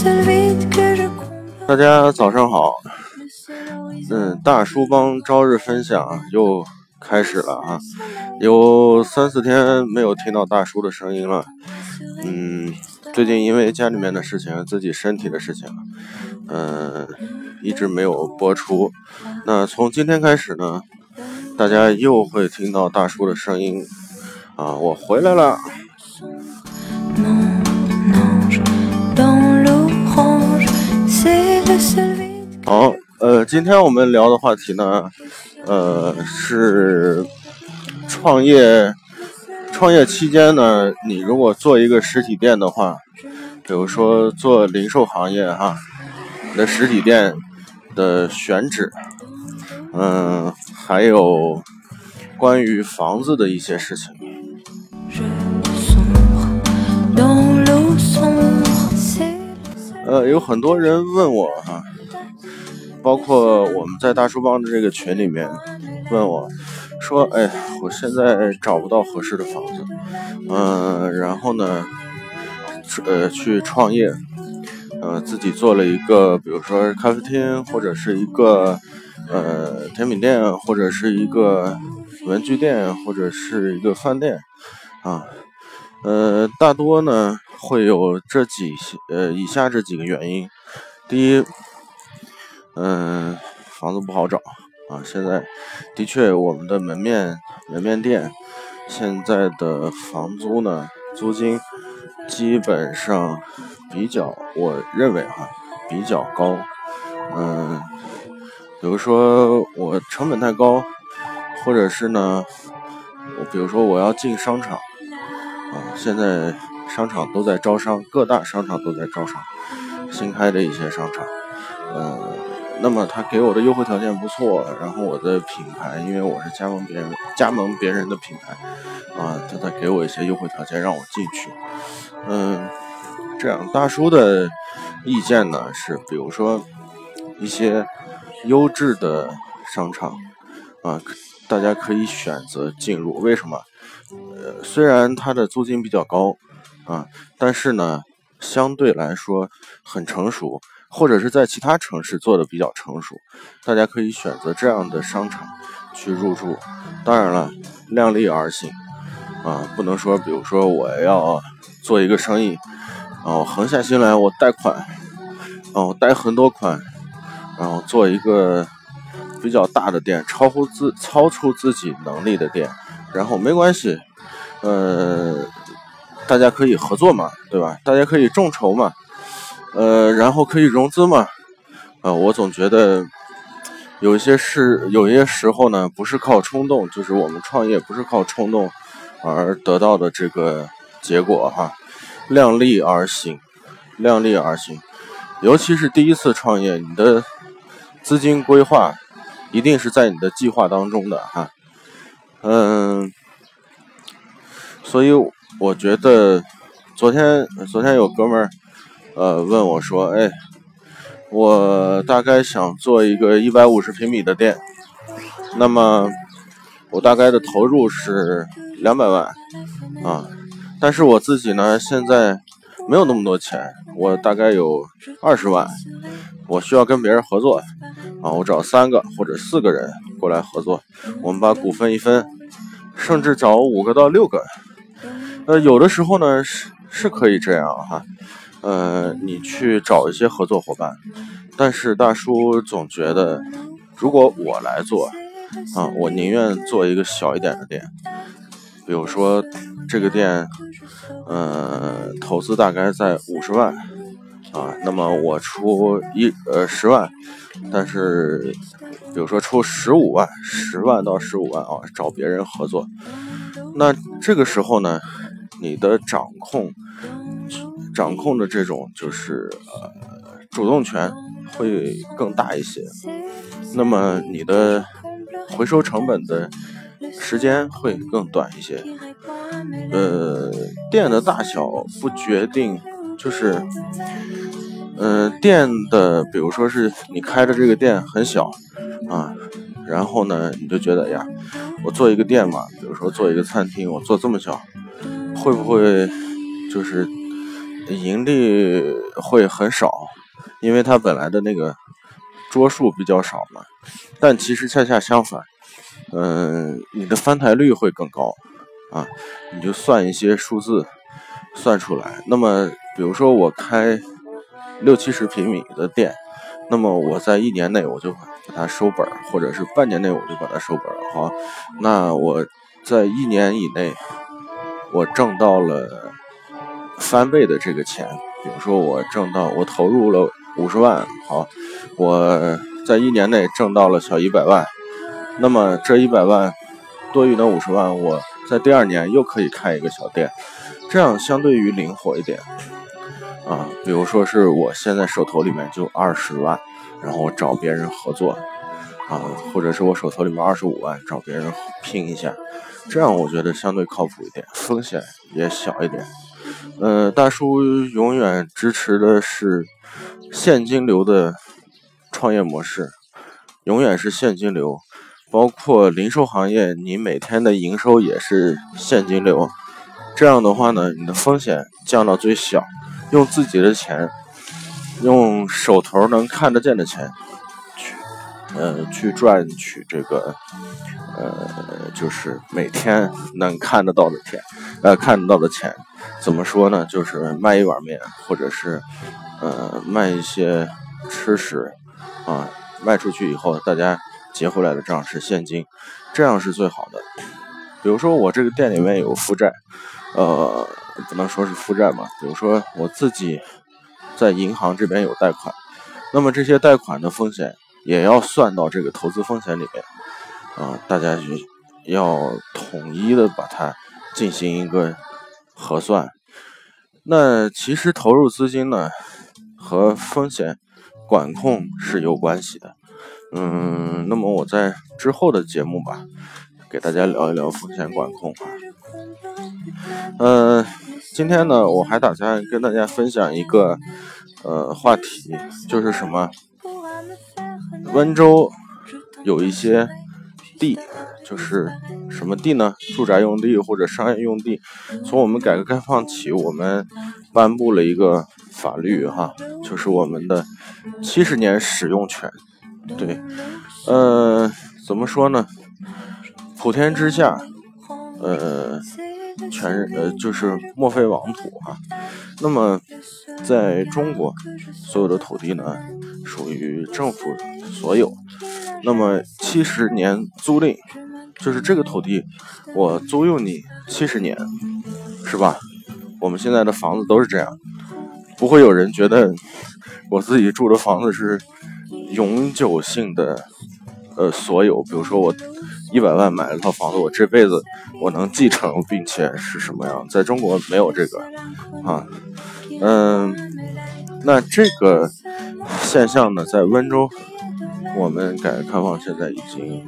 大家早上好，大叔帮朝日分享又开始了啊，有3-4天没有听到大叔的声音了。最近因为家里面的事情，自己身体的事情，一直没有播出。那从今天开始呢，大家又会听到大叔的声音啊，我回来了。好，今天我们聊的话题呢，是创业期间呢，你如果做一个实体店的话，比如说做零售行业哈，你的实体店的选址，还有关于房子的一些事情。有很多人问我哈，包括我们在大叔帮的这个群里面问我说，我现在找不到合适的房子，然后呢，去创业，自己做了一个，比如说咖啡厅，或者是一个甜品店，或者是一个文具店，或者是一个饭店啊，大多呢会有以下这几个原因。第一，房子不好找啊，现在的确我们的门面店现在的房租呢，租金基本上我认为比较高。比如说我成本太高，或者是呢，比如说我要进商场现在商场都在招商，各大商场都在招商，新开的一些商场，那么他给我的优惠条件不错，然后我的品牌，因为我是加盟别人的品牌他再给我一些优惠条件让我进去。这样大叔的意见呢是，比如说一些优质的商场大家可以选择进入。为什么？虽然它的租金比较高但是呢相对来说很成熟，或者是在其他城市做的比较成熟，大家可以选择这样的商场去入住。当然了，量力而行不能说比如说我要做一个生意我横下心来，我贷款我贷很多款，然后做一个比较大的店，超出自己能力的店，然后没关系，大家可以合作嘛，对吧？大家可以众筹嘛，然后可以融资嘛，我总觉得有一些时候呢，不是靠冲动，就是我们创业不是靠冲动而得到的这个结果量力而行，尤其是第一次创业，你的资金规划一定是在你的计划当中的所以我觉得昨天有哥们儿问我说，我大概想做一个150平米的店，那么我大概的投入是200万但是我自己呢现在没有那么多钱，我大概有20万，我需要跟别人合作我找3个或者4个人过来合作，我们把股份一分，甚至找5个到6个。有的时候呢是可以这样你去找一些合作伙伴，但是大叔总觉得如果我来做我宁愿做一个小一点的店。比如说这个店投资大概在50万那么我出10万，但是比如说出15万，10万到15万找别人合作。那这个时候呢，你的掌控的这种就是主动权会更大一些，那么你的回收成本的时间会更短一些。店的大小不决定，就是店的，比如说是你开的这个店很小然后呢你就觉得我做一个店嘛，比如说做一个餐厅，我做这么小，会不会就是盈利会很少，因为它本来的那个桌数比较少嘛。但其实恰恰相反，你的翻台率会更高啊。你就算一些数字算出来，那么比如说我开60-70平米的店，那么我在1年内我就把它收本，或者是半年内我就把它收本的话，那我在1年以内我挣到了翻倍的这个钱。比如说我投入了50万，好，我在1年内挣到了小100万，那么这100万多余的50万，我在第2年又可以开一个小店，这样相对于灵活一点啊。比如说是我现在手头里面就20万，然后我找别人合作啊，或者是我手头里面25万，找别人拼一下，这样我觉得相对靠谱一点，风险也小一点。大叔永远支持的是现金流的创业模式，永远是现金流，包括零售行业，你每天的营收也是现金流。这样的话呢，你的风险降到最小，用自己的钱，用手头能看得见的钱去赚取这个就是每天能看得到的钱。怎么说呢，就是卖一碗面，或者是卖一些吃食啊，卖出去以后大家结回来的账是现金，这样是最好的。比如说我这个店里面有负债，不能说是负债嘛，比如说我自己在银行这边有贷款，那么这些贷款的风险也要算到这个投资风险里面大家就要统一的把它进行一个核算。那其实投入资金呢和风险管控是有关系的。那么我在之后的节目吧，给大家聊一聊风险管控今天呢，我还打算跟大家分享一个话题，就是什么？温州有一些地，就是什么地呢？住宅用地或者商业用地。从我们改革开放起，我们颁布了一个法律就是我们的70年使用权。对，怎么说呢？普天之下，就是莫非王土那么在中国，所有的土地呢属于政府所有。那么70年租赁，就是这个土地我租用你70年，是吧？我们现在的房子都是这样，不会有人觉得我自己住的房子是永久性的所有。比如说我100万买了套房子，我这辈子我能继承，并且是什么样？在中国没有这个那这个现象呢，在温州，我们改革开放现在已经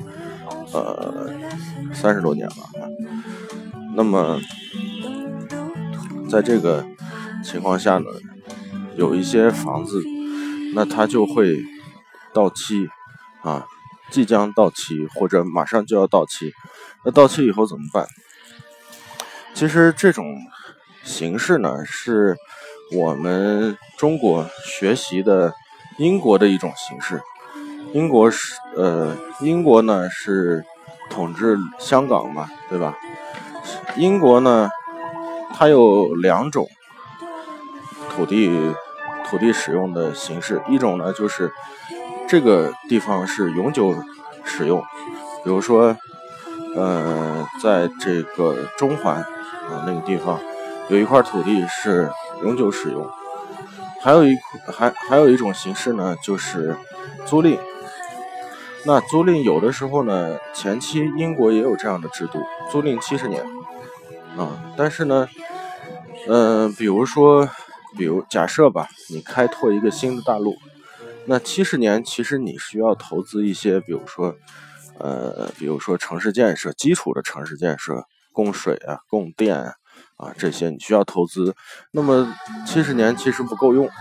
30多年了那么在这个情况下呢，有一些房子，那它就会到期即将到期或者马上就要到期。那到期以后怎么办？其实这种形式呢，是我们中国学习的英国的一种形式。英国呢是统治香港嘛，对吧？英国呢，它有2种土地使用的形式，一种呢就是这个地方是永久使用，比如说在这个中环那个地方有一块土地是永久使用。还有一种形式呢，就是租赁。那租赁有的时候呢，前期英国也有这样的制度，租赁70年但是呢比如假设吧，你开拓一个新的大陆，那70年其实你需要投资一些，比如说城市建设，基础的城市建设，供水供电这些你需要投资。那么70年其实不够用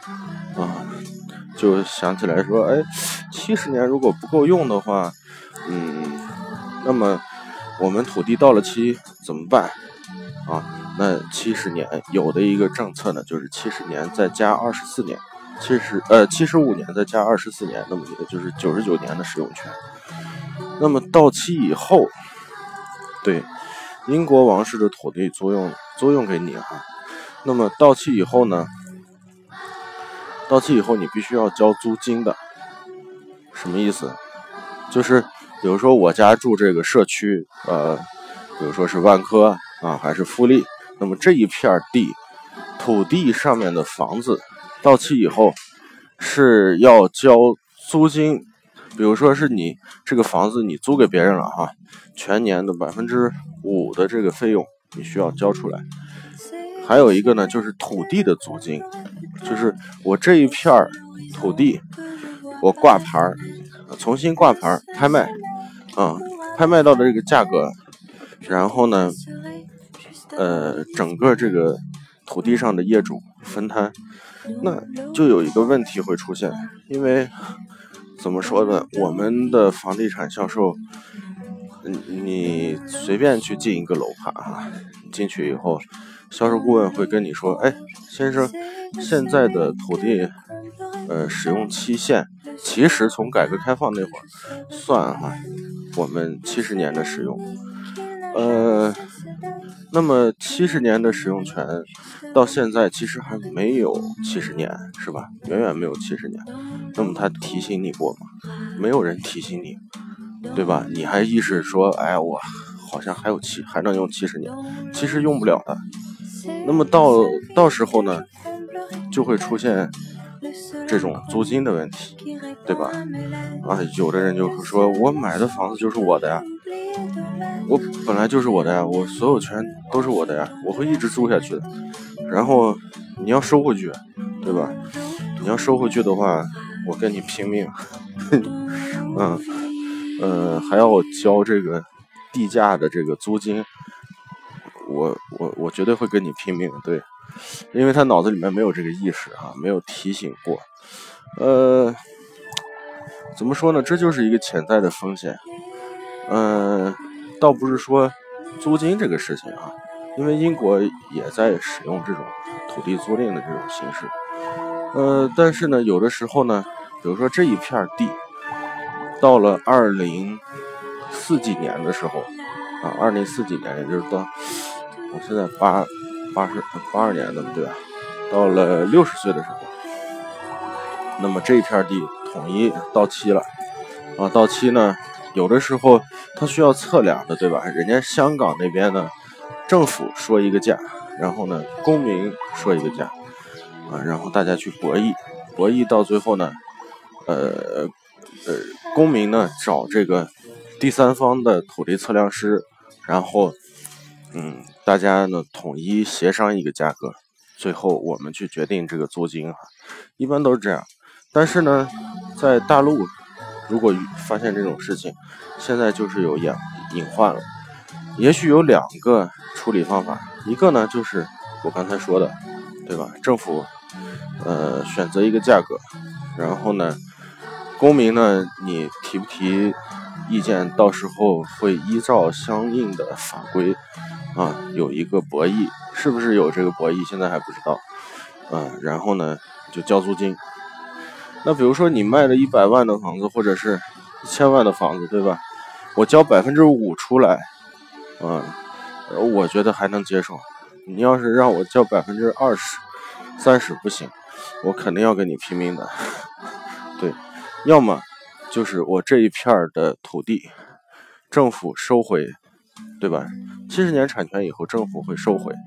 就想起来说70年如果不够用的话那么我们土地到了期怎么办那70年有的一个政策呢，就是70年再加24年，75年再加24年，那么也就是99年的使用权。那么到期以后，对，英国王室的土地租用给你哈。那么到期以后呢，你必须要交租金的。什么意思？就是比如说我家住这个社区，比如说是万科啊，还是富力，那么这一片土地上面的房子到期以后是要交租金。比如说是你这个房子你租给别人了哈，全年的5%的这个费用你需要交出来。还有一个呢，就是土地的租金，就是我这一片土地我挂牌，重新挂牌拍卖，拍卖到的这个价格，然后呢整个这个土地上的业主分摊。那就有一个问题会出现，因为怎么说呢，我们的房地产销售，你随便去进一个楼盘啊，进去以后销售顾问会跟你说，哎，先生，现在的土地使用期限，其实从改革开放那会儿算哈，我们70年的使用，那么70年的使用权到现在其实还没有70年，是吧？远远没有70年。那么他提醒你过吗？没有人提醒你，对吧？你还意识说，哎，我好像还能用70年，其实用不了的。那么到时候呢，就会出现这种租金的问题，对吧？有的人就会说，我买的房子就是我的呀，我本来就是我的呀，我所有权都是我的呀，我会一直租下去的。然后你要收回去，对吧？你要收回去的话，我跟你拼命，还要交这个地价的这个租金，我绝对会跟你拼命，对，因为他脑子里面没有这个意识啊，没有提醒过。怎么说呢？这就是一个潜在的风险。倒不是说租金这个事情啊，因为英国也在使用这种土地租赁的这种形式。但是呢，有的时候呢，比如说这一片地，到了2040几年的时候啊，2040几年，也就是到我现在82年的，对吧？到了60岁的时候，那么这一片地统一到期了啊，到期呢，有的时候它需要测量的，对吧？人家香港那边呢，政府说一个价，然后呢，公民说一个价啊，然后大家去博弈到最后呢，公民呢找这个第三方的土地测量师，然后大家呢统一协商一个价格，最后我们去决定这个租金啊，一般都是这样。但是呢，在大陆如果发现这种事情，现在就是有隐患了。也许有2个处理方法，一个呢就是我刚才说的，对吧？政府选择一个价格，然后呢，公民呢你提不提意见，到时候会依照相应的法规啊有一个博弈，是不是有这个博弈现在还不知道然后呢就交租金。那比如说你卖了100万的房子，或者是1000万的房子，对吧？我交5%出来，我觉得还能接受。你要是让我交20%、30%不行，我肯定要跟你拼命的。对，要么就是我这一片的土地，政府收回，对吧？70年产权以后，政府会收回。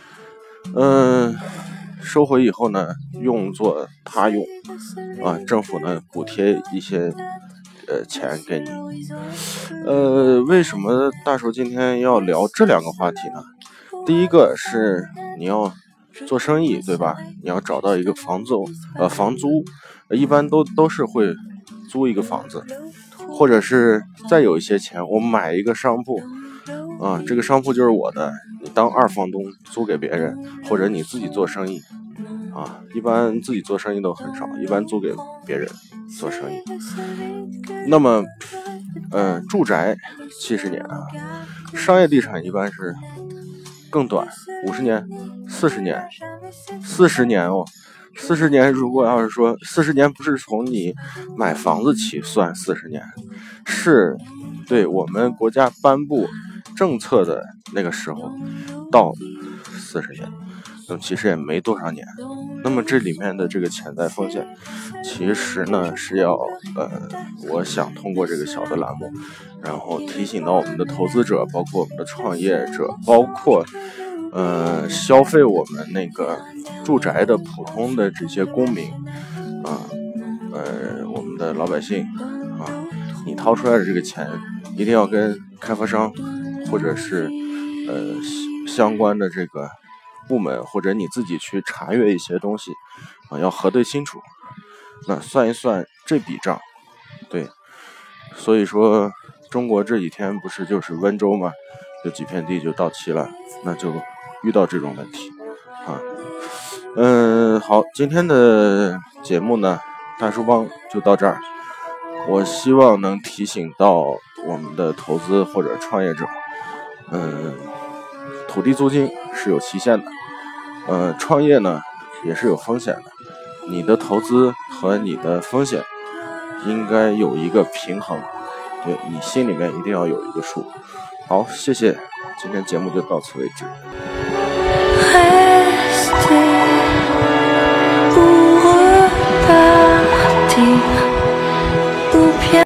收回以后呢，用作他用啊，政府呢补贴一些钱给你。为什么大叔今天要聊这2个话题呢？第一个是你要做生意，对吧？你要找到一个房租，一般都是会租一个房子，或者是再有一些钱，我买一个商铺啊，这个商铺就是我的，你当2房东租给别人，或者你自己做生意啊，一般自己做生意都很少，一般租给别人做生意。那么住宅70年啊，商业地产一般是更短，50年、40年、40年哦。40年，如果要是说40年，不是从你买房子起算40年，是对我们国家颁布政策的那个时候到40年，那么其实也没多少年。那么这里面的这个潜在风险，其实呢是要我想通过这个小的栏目，然后提醒到我们的投资者，包括我们的创业者，包括消费我们那个住宅的普通的这些公民啊，我们的老百姓啊，你掏出来的这个钱一定要跟开发商或者是相关的这个部门，或者你自己去查阅一些东西啊，要核对清楚，那算一算这笔账。对，所以说中国这几天不是就是温州嘛，有几片地就到期了，那就遇到这种问题啊。好，今天的节目呢，大叔帮就到这儿。我希望能提醒到我们的投资或者创业者，土地租金是有期限的，创业呢也是有风险的，你的投资和你的风险应该有一个平衡，对，你心里面一定要有一个数。好，谢谢，今天节目就到此为止。